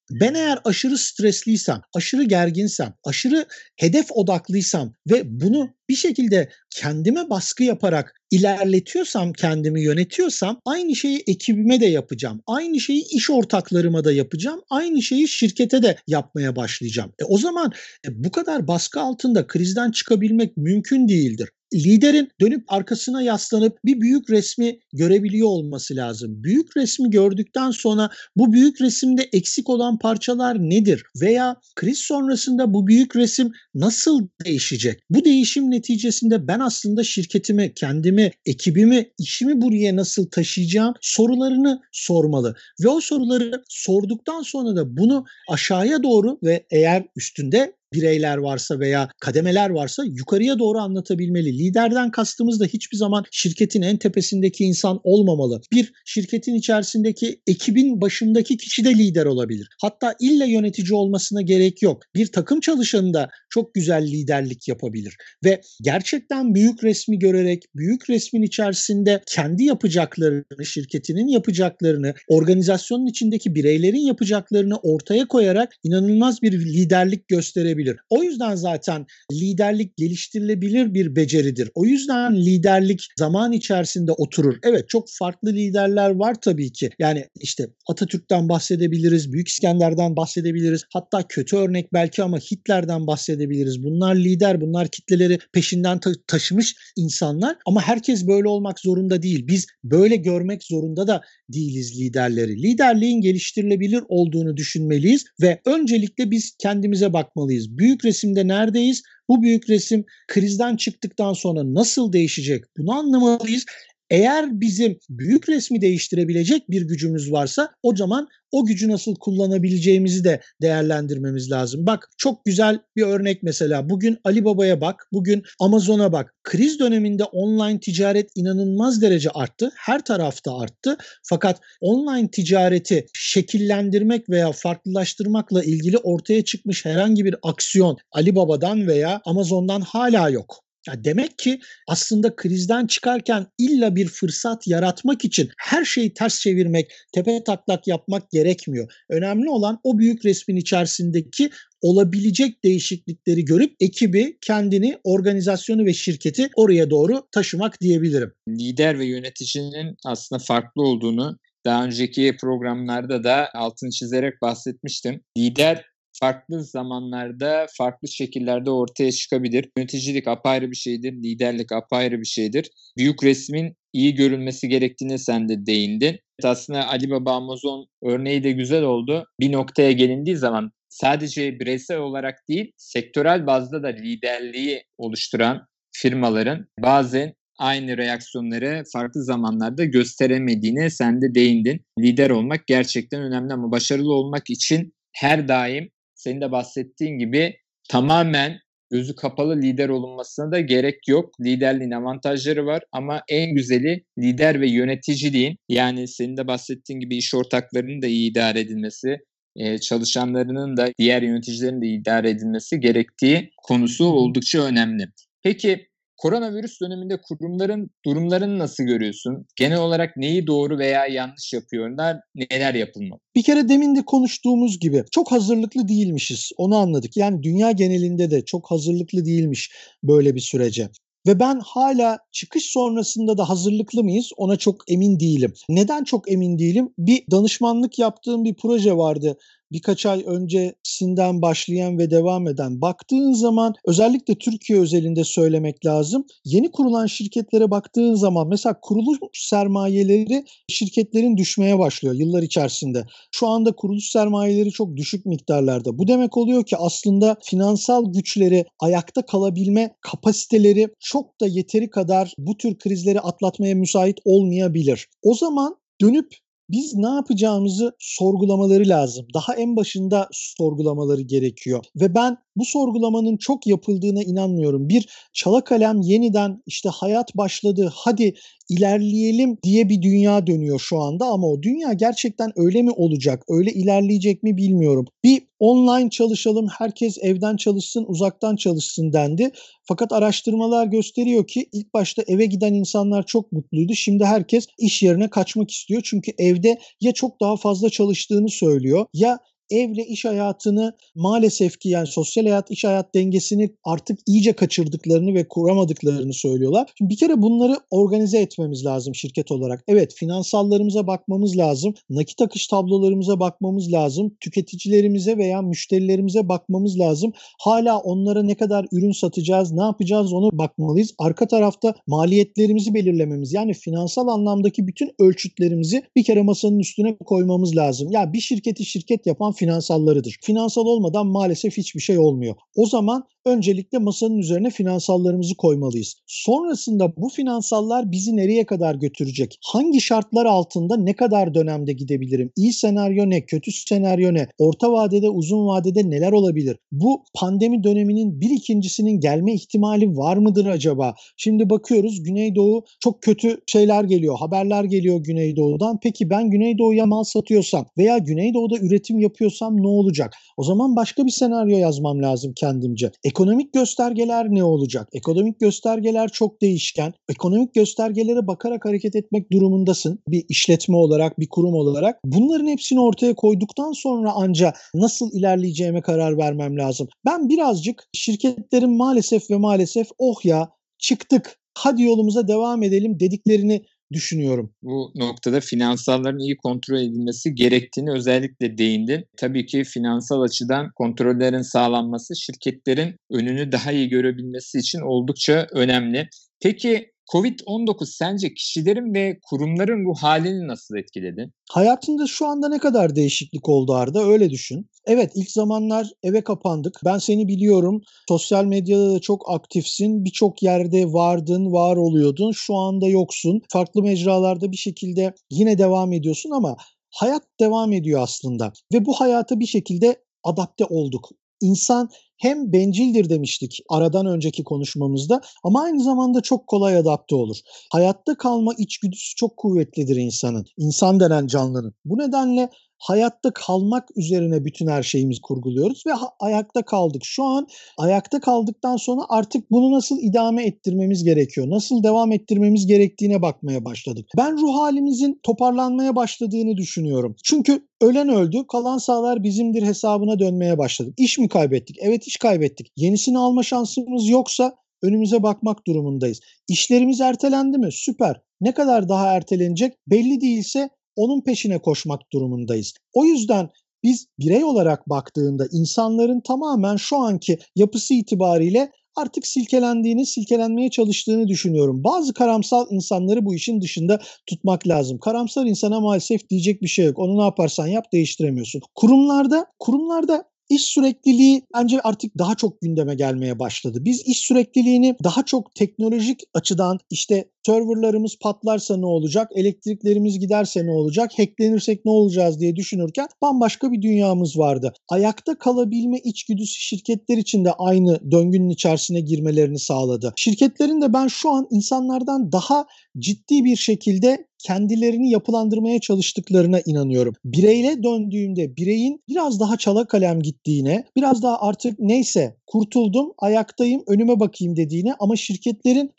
Ben eğer aşırı stresliysem, aşırı gerginsem, aşırı hedef odaklıysam ve bunu bir şekilde kendime baskı yaparak ilerletiyorsam, kendimi yönetiyorsam aynı şeyi ekibime de yapacağım. Aynı şeyi iş ortaklarıma da yapacağım. Aynı şeyi şirkete de yapmaya başlayacağım. O zaman bu kadar baskı altında krizden çıkabilmek mümkün değildir. Liderin dönüp arkasına yaslanıp bir büyük resmi görebiliyor olması lazım. Büyük resmi gördükten sonra bu büyük resimde eksik olan parçalar nedir? Veya kriz sonrasında bu büyük resim nasıl değişecek? Bu değişim neticesinde ben aslında şirketimi, kendimi, ekibimi, işimi buraya nasıl taşıyacağım sorularını sormalı. Ve o soruları sorduktan sonra da bunu aşağıya doğru ve eğer üstünde bireyler varsa veya kademeler varsa yukarıya doğru anlatabilmeli. Liderden kastımız da hiçbir zaman şirketin en tepesindeki insan olmamalı. Bir şirketin içerisindeki ekibin başındaki kişi de lider olabilir. Hatta illa yönetici olmasına gerek yok. Bir takım çalışanı da çok güzel liderlik yapabilir. Ve gerçekten büyük resmi görerek, büyük resmin içerisinde kendi yapacaklarını, şirketinin yapacaklarını, organizasyonun içindeki bireylerin yapacaklarını ortaya koyarak inanılmaz bir liderlik gösterebilir. O yüzden zaten liderlik geliştirilebilir bir beceridir. O yüzden liderlik zaman içerisinde oturur. Evet, çok farklı liderler var tabii ki. Yani işte Atatürk'ten bahsedebiliriz, Büyük İskender'den bahsedebiliriz. Hatta kötü örnek belki ama Hitler'den bahsedebiliriz. Bunlar lider, bunlar kitleleri peşinden taşımış insanlar ama herkes böyle olmak zorunda değil. Biz böyle görmek zorunda da değiliz liderleri. Liderliğin geliştirilebilir olduğunu düşünmeliyiz ve öncelikle biz kendimize bakmalıyız. Büyük resimde neredeyiz? Bu büyük resim krizden çıktıktan sonra nasıl değişecek? Bunu anlamalıyız. Eğer bizim büyük resmi değiştirebilecek bir gücümüz varsa o zaman o gücü nasıl kullanabileceğimizi de değerlendirmemiz lazım. Bak çok güzel bir örnek mesela. Bugün Alibaba'ya bak, bugün Amazon'a bak. Kriz döneminde online ticaret inanılmaz derece arttı. Her tarafta arttı. Fakat online ticareti şekillendirmek veya farklılaştırmakla ilgili ortaya çıkmış herhangi bir aksiyon Alibaba'dan veya Amazon'dan hala yok. Ya demek ki aslında krizden çıkarken illa bir fırsat yaratmak için her şeyi ters çevirmek, tepe taklak yapmak gerekmiyor. Önemli olan o büyük resmin içerisindeki olabilecek değişiklikleri görüp ekibi, kendini, organizasyonu ve şirketi oraya doğru taşımak diyebilirim. Lider ve yöneticinin aslında farklı olduğunu daha önceki programlarda da altını çizerek bahsetmiştim. Lider farklı zamanlarda, farklı şekillerde ortaya çıkabilir. Yöneticilik apayrı bir şeydir, liderlik apayrı bir şeydir. Büyük resmin iyi görülmesi gerektiğine sen de değindin. Aslında Alibaba, Amazon örneği de güzel oldu. Bir noktaya gelindiği zaman sadece bireysel olarak değil, sektörel bazda da liderliği oluşturan firmaların bazen aynı reaksiyonları farklı zamanlarda gösteremediğine sen de değindin. Lider olmak gerçekten önemli ama başarılı olmak için her daim senin de bahsettiğin gibi tamamen gözü kapalı lider olunmasına da gerek yok. Liderliğin avantajları var ama en güzeli lider ve yöneticiliğin, yani senin de bahsettiğin gibi iş ortaklarının da iyi idare edilmesi, çalışanlarının da diğer yöneticilerin de idare edilmesi gerektiği konusu oldukça önemli. Peki koronavirüs döneminde kurumların durumlarını nasıl görüyorsun? Genel olarak neyi doğru veya yanlış yapıyorlar, neler yapılmalı? Bir kere demin de konuştuğumuz gibi çok hazırlıklı değilmişiz. Onu anladık. Yani dünya genelinde de çok hazırlıklı değilmiş böyle bir sürece. Ve ben hala çıkış sonrasında da hazırlıklı mıyız? Ona çok emin değilim. Neden çok emin değilim? Bir danışmanlık yaptığım bir proje vardı. Birkaç ay öncesinden başlayan ve devam eden. Baktığın zaman özellikle Türkiye özelinde söylemek lazım. Yeni kurulan şirketlere baktığın zaman mesela kuruluş sermayeleri şirketlerin düşmeye başlıyor yıllar içerisinde. Şu anda kuruluş sermayeleri çok düşük miktarlarda. Bu demek oluyor ki aslında finansal güçleri, ayakta kalabilme kapasiteleri çok da yeteri kadar bu tür krizleri atlatmaya müsait olmayabilir. O zaman dönüp biz ne yapacağımızı sorgulamaları lazım. Daha en başında sorgulamaları gerekiyor. Ve ben bu sorgulamanın çok yapıldığına inanmıyorum. Bir çala kalem yeniden işte hayat başladı, hadi ilerleyelim diye bir dünya dönüyor şu anda ama o dünya gerçekten öyle mi olacak, öyle ilerleyecek mi bilmiyorum. Bir online çalışalım, herkes evden çalışsın, uzaktan çalışsın dendi. Fakat araştırmalar gösteriyor ki ilk başta eve giden insanlar çok mutluydu. Şimdi herkes iş yerine kaçmak istiyor. Çünkü evde ya çok daha fazla çalıştığını söylüyor ya evle iş hayatını maalesef ki yani sosyal hayat iş hayat dengesini artık iyice kaçırdıklarını ve kuramadıklarını söylüyorlar. Şimdi bir kere bunları organize etmemiz lazım şirket olarak. Evet, finansallarımıza bakmamız lazım. Nakit akış tablolarımıza bakmamız lazım. Tüketicilerimize veya müşterilerimize bakmamız lazım. Hala onlara ne kadar ürün satacağız, ne yapacağız onu bakmalıyız. Arka tarafta maliyetlerimizi belirlememiz, yani finansal anlamdaki bütün ölçütlerimizi bir kere masanın üstüne koymamız lazım. Ya bir şirketi şirket yapan finansallarıdır. Finansal olmadan maalesef hiçbir şey olmuyor. O zaman öncelikle masanın üzerine finansallarımızı koymalıyız. Sonrasında bu finansallar bizi nereye kadar götürecek? Hangi şartlar altında ne kadar dönemde gidebilirim? İyi senaryo ne? Kötü senaryo ne? Orta vadede, uzun vadede neler olabilir? Bu pandemi döneminin bir ikincisinin gelme ihtimali var mıdır acaba? Şimdi bakıyoruz Güneydoğu çok kötü şeyler geliyor, haberler geliyor Güneydoğu'dan. Peki ben Güneydoğu'ya mal satıyorsam veya Güneydoğu'da üretim yapıyorsam ne olacak? O zaman başka bir senaryo yazmam lazım kendimce. Ekonomik göstergeler ne olacak? Ekonomik göstergeler çok değişken. Ekonomik göstergelere bakarak hareket etmek durumundasın. Bir işletme olarak, bir kurum olarak. Bunların hepsini ortaya koyduktan sonra ancak nasıl ilerleyeceğime karar vermem lazım. Ben birazcık şirketlerin maalesef oh ya çıktık, hadi yolumuza devam edelim dediklerini düşünüyorum. Bu noktada finansalların iyi kontrol edilmesi gerektiğini özellikle değindin. Tabii ki finansal açıdan kontrollerin sağlanması şirketlerin önünü daha iyi görebilmesi için oldukça önemli. Peki Covid-19 sence kişilerin ve kurumların ruh halini nasıl etkiledi? Hayatında şu anda ne kadar değişiklik oldu Arda, öyle düşün. Evet, ilk zamanlar eve kapandık. Ben seni biliyorum. Sosyal medyada da çok aktifsin. Birçok yerde vardın, var oluyordun. Şu anda yoksun. Farklı mecralarda bir şekilde yine devam ediyorsun ama hayat devam ediyor aslında. Ve bu hayata bir şekilde adapte olduk. İnsan hem bencildir demiştik aradan önceki konuşmamızda ama aynı zamanda çok kolay adapte olur. Hayatta kalma içgüdüsü çok kuvvetlidir insanın, insan denen canlının. Bu nedenle hayatta kalmak üzerine bütün her şeyimizi kurguluyoruz ve ayakta kaldık. Şu an ayakta kaldıktan sonra artık bunu nasıl idame ettirmemiz gerekiyor, nasıl devam ettirmemiz gerektiğine bakmaya başladık. Ben ruh halimizin toparlanmaya başladığını düşünüyorum. Çünkü ölen öldü, kalan sağlar bizimdir hesabına dönmeye başladık. İş mi kaybettik? Evet, iş kaybettik. Yenisini alma şansımız yoksa önümüze bakmak durumundayız. İşlerimiz ertelendi mi? Süper. Ne kadar daha ertelenecek? Belli değilse onun peşine koşmak durumundayız. O yüzden biz birey olarak baktığında insanların tamamen şu anki yapısı itibariyle artık silkelenmeye çalıştığını düşünüyorum. Bazı karamsar insanları bu işin dışında tutmak lazım. Karamsar insana maalesef diyecek bir şey yok. Onu ne yaparsan yap değiştiremiyorsun. Kurumlarda İş sürekliliği bence artık daha çok gündeme gelmeye başladı. Biz iş sürekliliğini daha çok teknolojik açıdan işte serverlarımız patlarsa ne olacak, elektriklerimiz giderse ne olacak, hacklenirsek ne olacağız diye düşünürken bambaşka bir dünyamız vardı. Ayakta kalabilme içgüdüsü şirketler için de aynı döngünün içerisine girmelerini sağladı. Şirketlerin de ben şu an insanlardan daha ciddi bir şekilde kendilerini yapılandırmaya çalıştıklarına inanıyorum. Bireyle döndüğümde bireyin biraz daha çala kalem gittiğine, biraz daha artık neyse kurtuldum, ayaktayım, önüme bakayım dediğine ama şirketlerin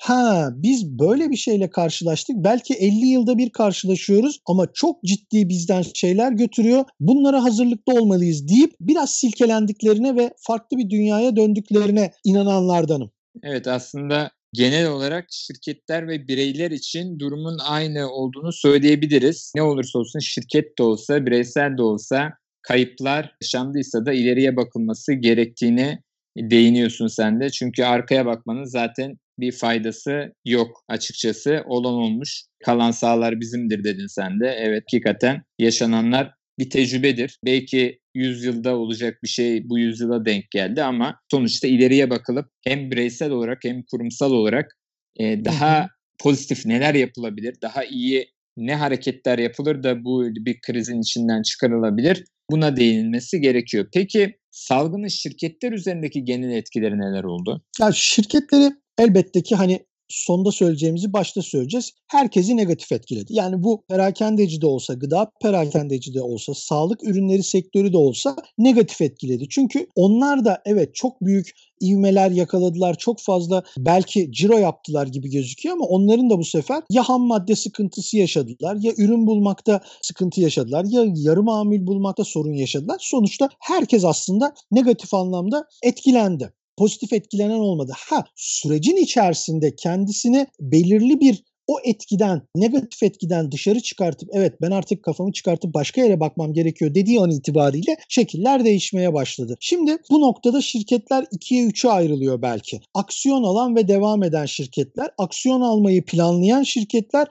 biz böyle bir şeyle karşılaştık. Belki 50 yılda bir karşılaşıyoruz ama çok ciddi bizden şeyler götürüyor. Bunlara hazırlıklı olmalıyız deyip biraz silkelendiklerine ve farklı bir dünyaya döndüklerine inananlardanım. Evet, aslında genel olarak şirketler ve bireyler için durumun aynı olduğunu söyleyebiliriz. Ne olursa olsun şirket de olsa, bireysel de olsa kayıplar yaşandıysa da ileriye bakılması gerektiğine değiniyorsun sen de. Çünkü arkaya bakmanın zaten bir faydası yok açıkçası. Olan olmuş, kalan sağlar bizimdir dedin sen de. Evet, hakikaten yaşananlar bir tecrübedir. Belki 100 yılda olacak bir şey bu yüzyıla denk geldi ama sonuçta ileriye bakılıp hem bireysel olarak hem kurumsal olarak daha pozitif neler yapılabilir, daha iyi ne hareketler yapılır da bu bir krizin içinden çıkarılabilir, buna değinilmesi gerekiyor. Peki salgının şirketler üzerindeki genel etkileri neler oldu? Ya şirketleri elbette ki sonda söyleyeceğimizi başta söyleyeceğiz. Herkesi negatif etkiledi. Yani bu perakendeci de olsa, gıda perakendeci de olsa, sağlık ürünleri sektörü de olsa negatif etkiledi. Çünkü onlar da evet çok büyük ivmeler yakaladılar. Çok fazla belki ciro yaptılar gibi gözüküyor ama onların da bu sefer ya ham madde sıkıntısı yaşadılar, ya ürün bulmakta sıkıntı yaşadılar, ya yarı mamul bulmakta sorun yaşadılar. Sonuçta herkes aslında negatif anlamda etkilendi. Pozitif etkilenen olmadı. Sürecin içerisinde kendisini belirli bir o etkiden, negatif etkiden dışarı çıkartıp evet ben artık kafamı çıkartıp başka yere bakmam gerekiyor dediği an itibariyle şekiller değişmeye başladı. Şimdi bu noktada şirketler 2'ye 3'e ayrılıyor belki. Aksiyon alan ve devam eden şirketler, aksiyon almayı planlayan şirketler,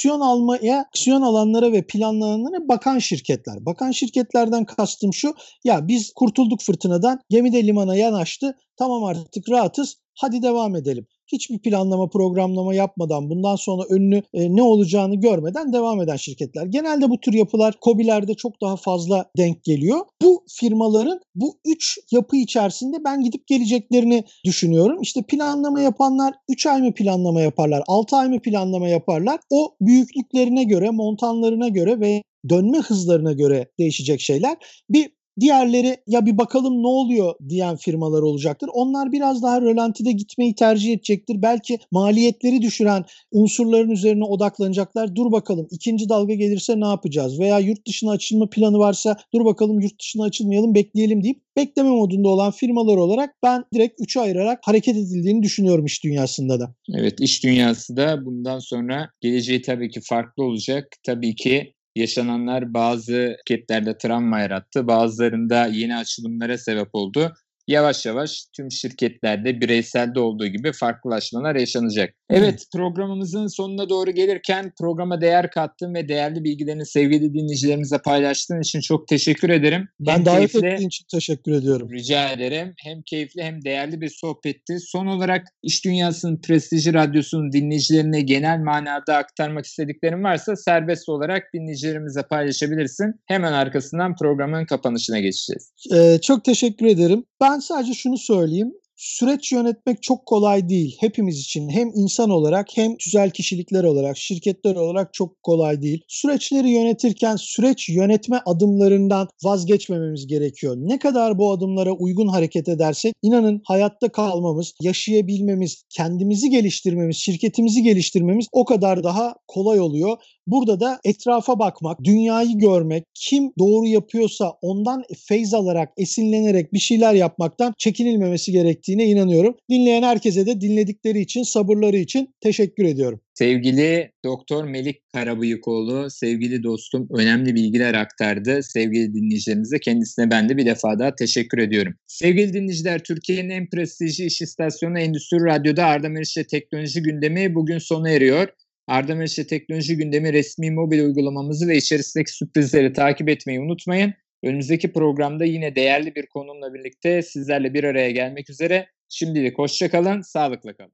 aksiyon alanlara ve planlayanlara bakan şirketler. Bakan şirketlerden kastım şu, ya biz kurtulduk fırtınadan, gemi de limana yanaştı, tamam artık rahatız, hadi devam edelim. Hiçbir planlama, programlama yapmadan, bundan sonra önünü ne olacağını görmeden devam eden şirketler. Genelde bu tür yapılar KOBİ'lerde çok daha fazla denk geliyor. Bu firmaların bu 3 yapı içerisinde ben gidip geleceklerini düşünüyorum. İşte planlama yapanlar 3 ay mı planlama yaparlar, 6 ay mı planlama yaparlar? O büyüklüklerine göre, montanlarına göre ve dönme hızlarına göre değişecek şeyler. Diğerleri ya bir bakalım ne oluyor diyen firmalar olacaktır. Onlar biraz daha rölantide gitmeyi tercih edecektir. Belki maliyetleri düşüren unsurların üzerine odaklanacaklar. Dur bakalım ikinci dalga gelirse ne yapacağız? Veya yurt dışına açılma planı varsa dur bakalım yurt dışına açılmayalım, bekleyelim deyip bekleme modunda olan firmalar olarak ben direkt 3'e ayırarak hareket edildiğini düşünüyorum iş dünyasında da. Evet, iş dünyası da bundan sonra geleceği tabii ki farklı olacak. Tabii ki yaşananlar bazı şirketlerde travma yarattı, bazılarında yeni açılımlara sebep oldu. Yavaş yavaş tüm şirketlerde bireyselde olduğu gibi farklılaşmalar yaşanacak. Evet, programımızın sonuna doğru gelirken programa değer kattığın ve değerli bilgilerini sevgili dinleyicilerimize paylaştığın için çok teşekkür ederim. Ben davet ettiğin için teşekkür ediyorum. Rica ederim. Hem keyifli hem değerli bir sohbetti. Son olarak İş Dünyası'nın prestijli radyosunun dinleyicilerine genel manada aktarmak istediklerin varsa serbest olarak dinleyicilerimize paylaşabilirsin. Hemen arkasından programın kapanışına geçeceğiz. Çok teşekkür ederim. Ben sadece şunu söyleyeyim. Süreç yönetmek çok kolay değil. Hepimiz için hem insan olarak hem tüzel kişilikler olarak, şirketler olarak çok kolay değil. Süreçleri yönetirken süreç yönetme adımlarından vazgeçmememiz gerekiyor. Ne kadar bu adımlara uygun hareket edersek inanın hayatta kalmamız, yaşayabilmemiz, kendimizi geliştirmemiz, şirketimizi geliştirmemiz o kadar daha kolay oluyor. Burada da etrafa bakmak, dünyayı görmek, kim doğru yapıyorsa ondan feyz alarak, esinlenerek bir şeyler yapmaktan çekinilmemesi gerektiğine inanıyorum. Dinleyen herkese de dinledikleri için, sabırları için teşekkür ediyorum. Sevgili Doktor Melik Karabıyıkoğlu, sevgili dostum önemli bilgiler aktardı. Sevgili dinleyicilerimize kendisine ben de bir defa daha teşekkür ediyorum. Sevgili dinleyiciler, Türkiye'nin en prestijli iş istasyonu Endüstri Radyo'da Arda Meriç'le Teknoloji Gündemi bugün sona eriyor. Arda Meriç'le Teknoloji Gündemi resmi mobil uygulamamızı ve içerisindeki sürprizleri takip etmeyi unutmayın. Önümüzdeki programda yine değerli bir konumla birlikte sizlerle bir araya gelmek üzere. Şimdilik hoşça kalın, sağlıkla kalın.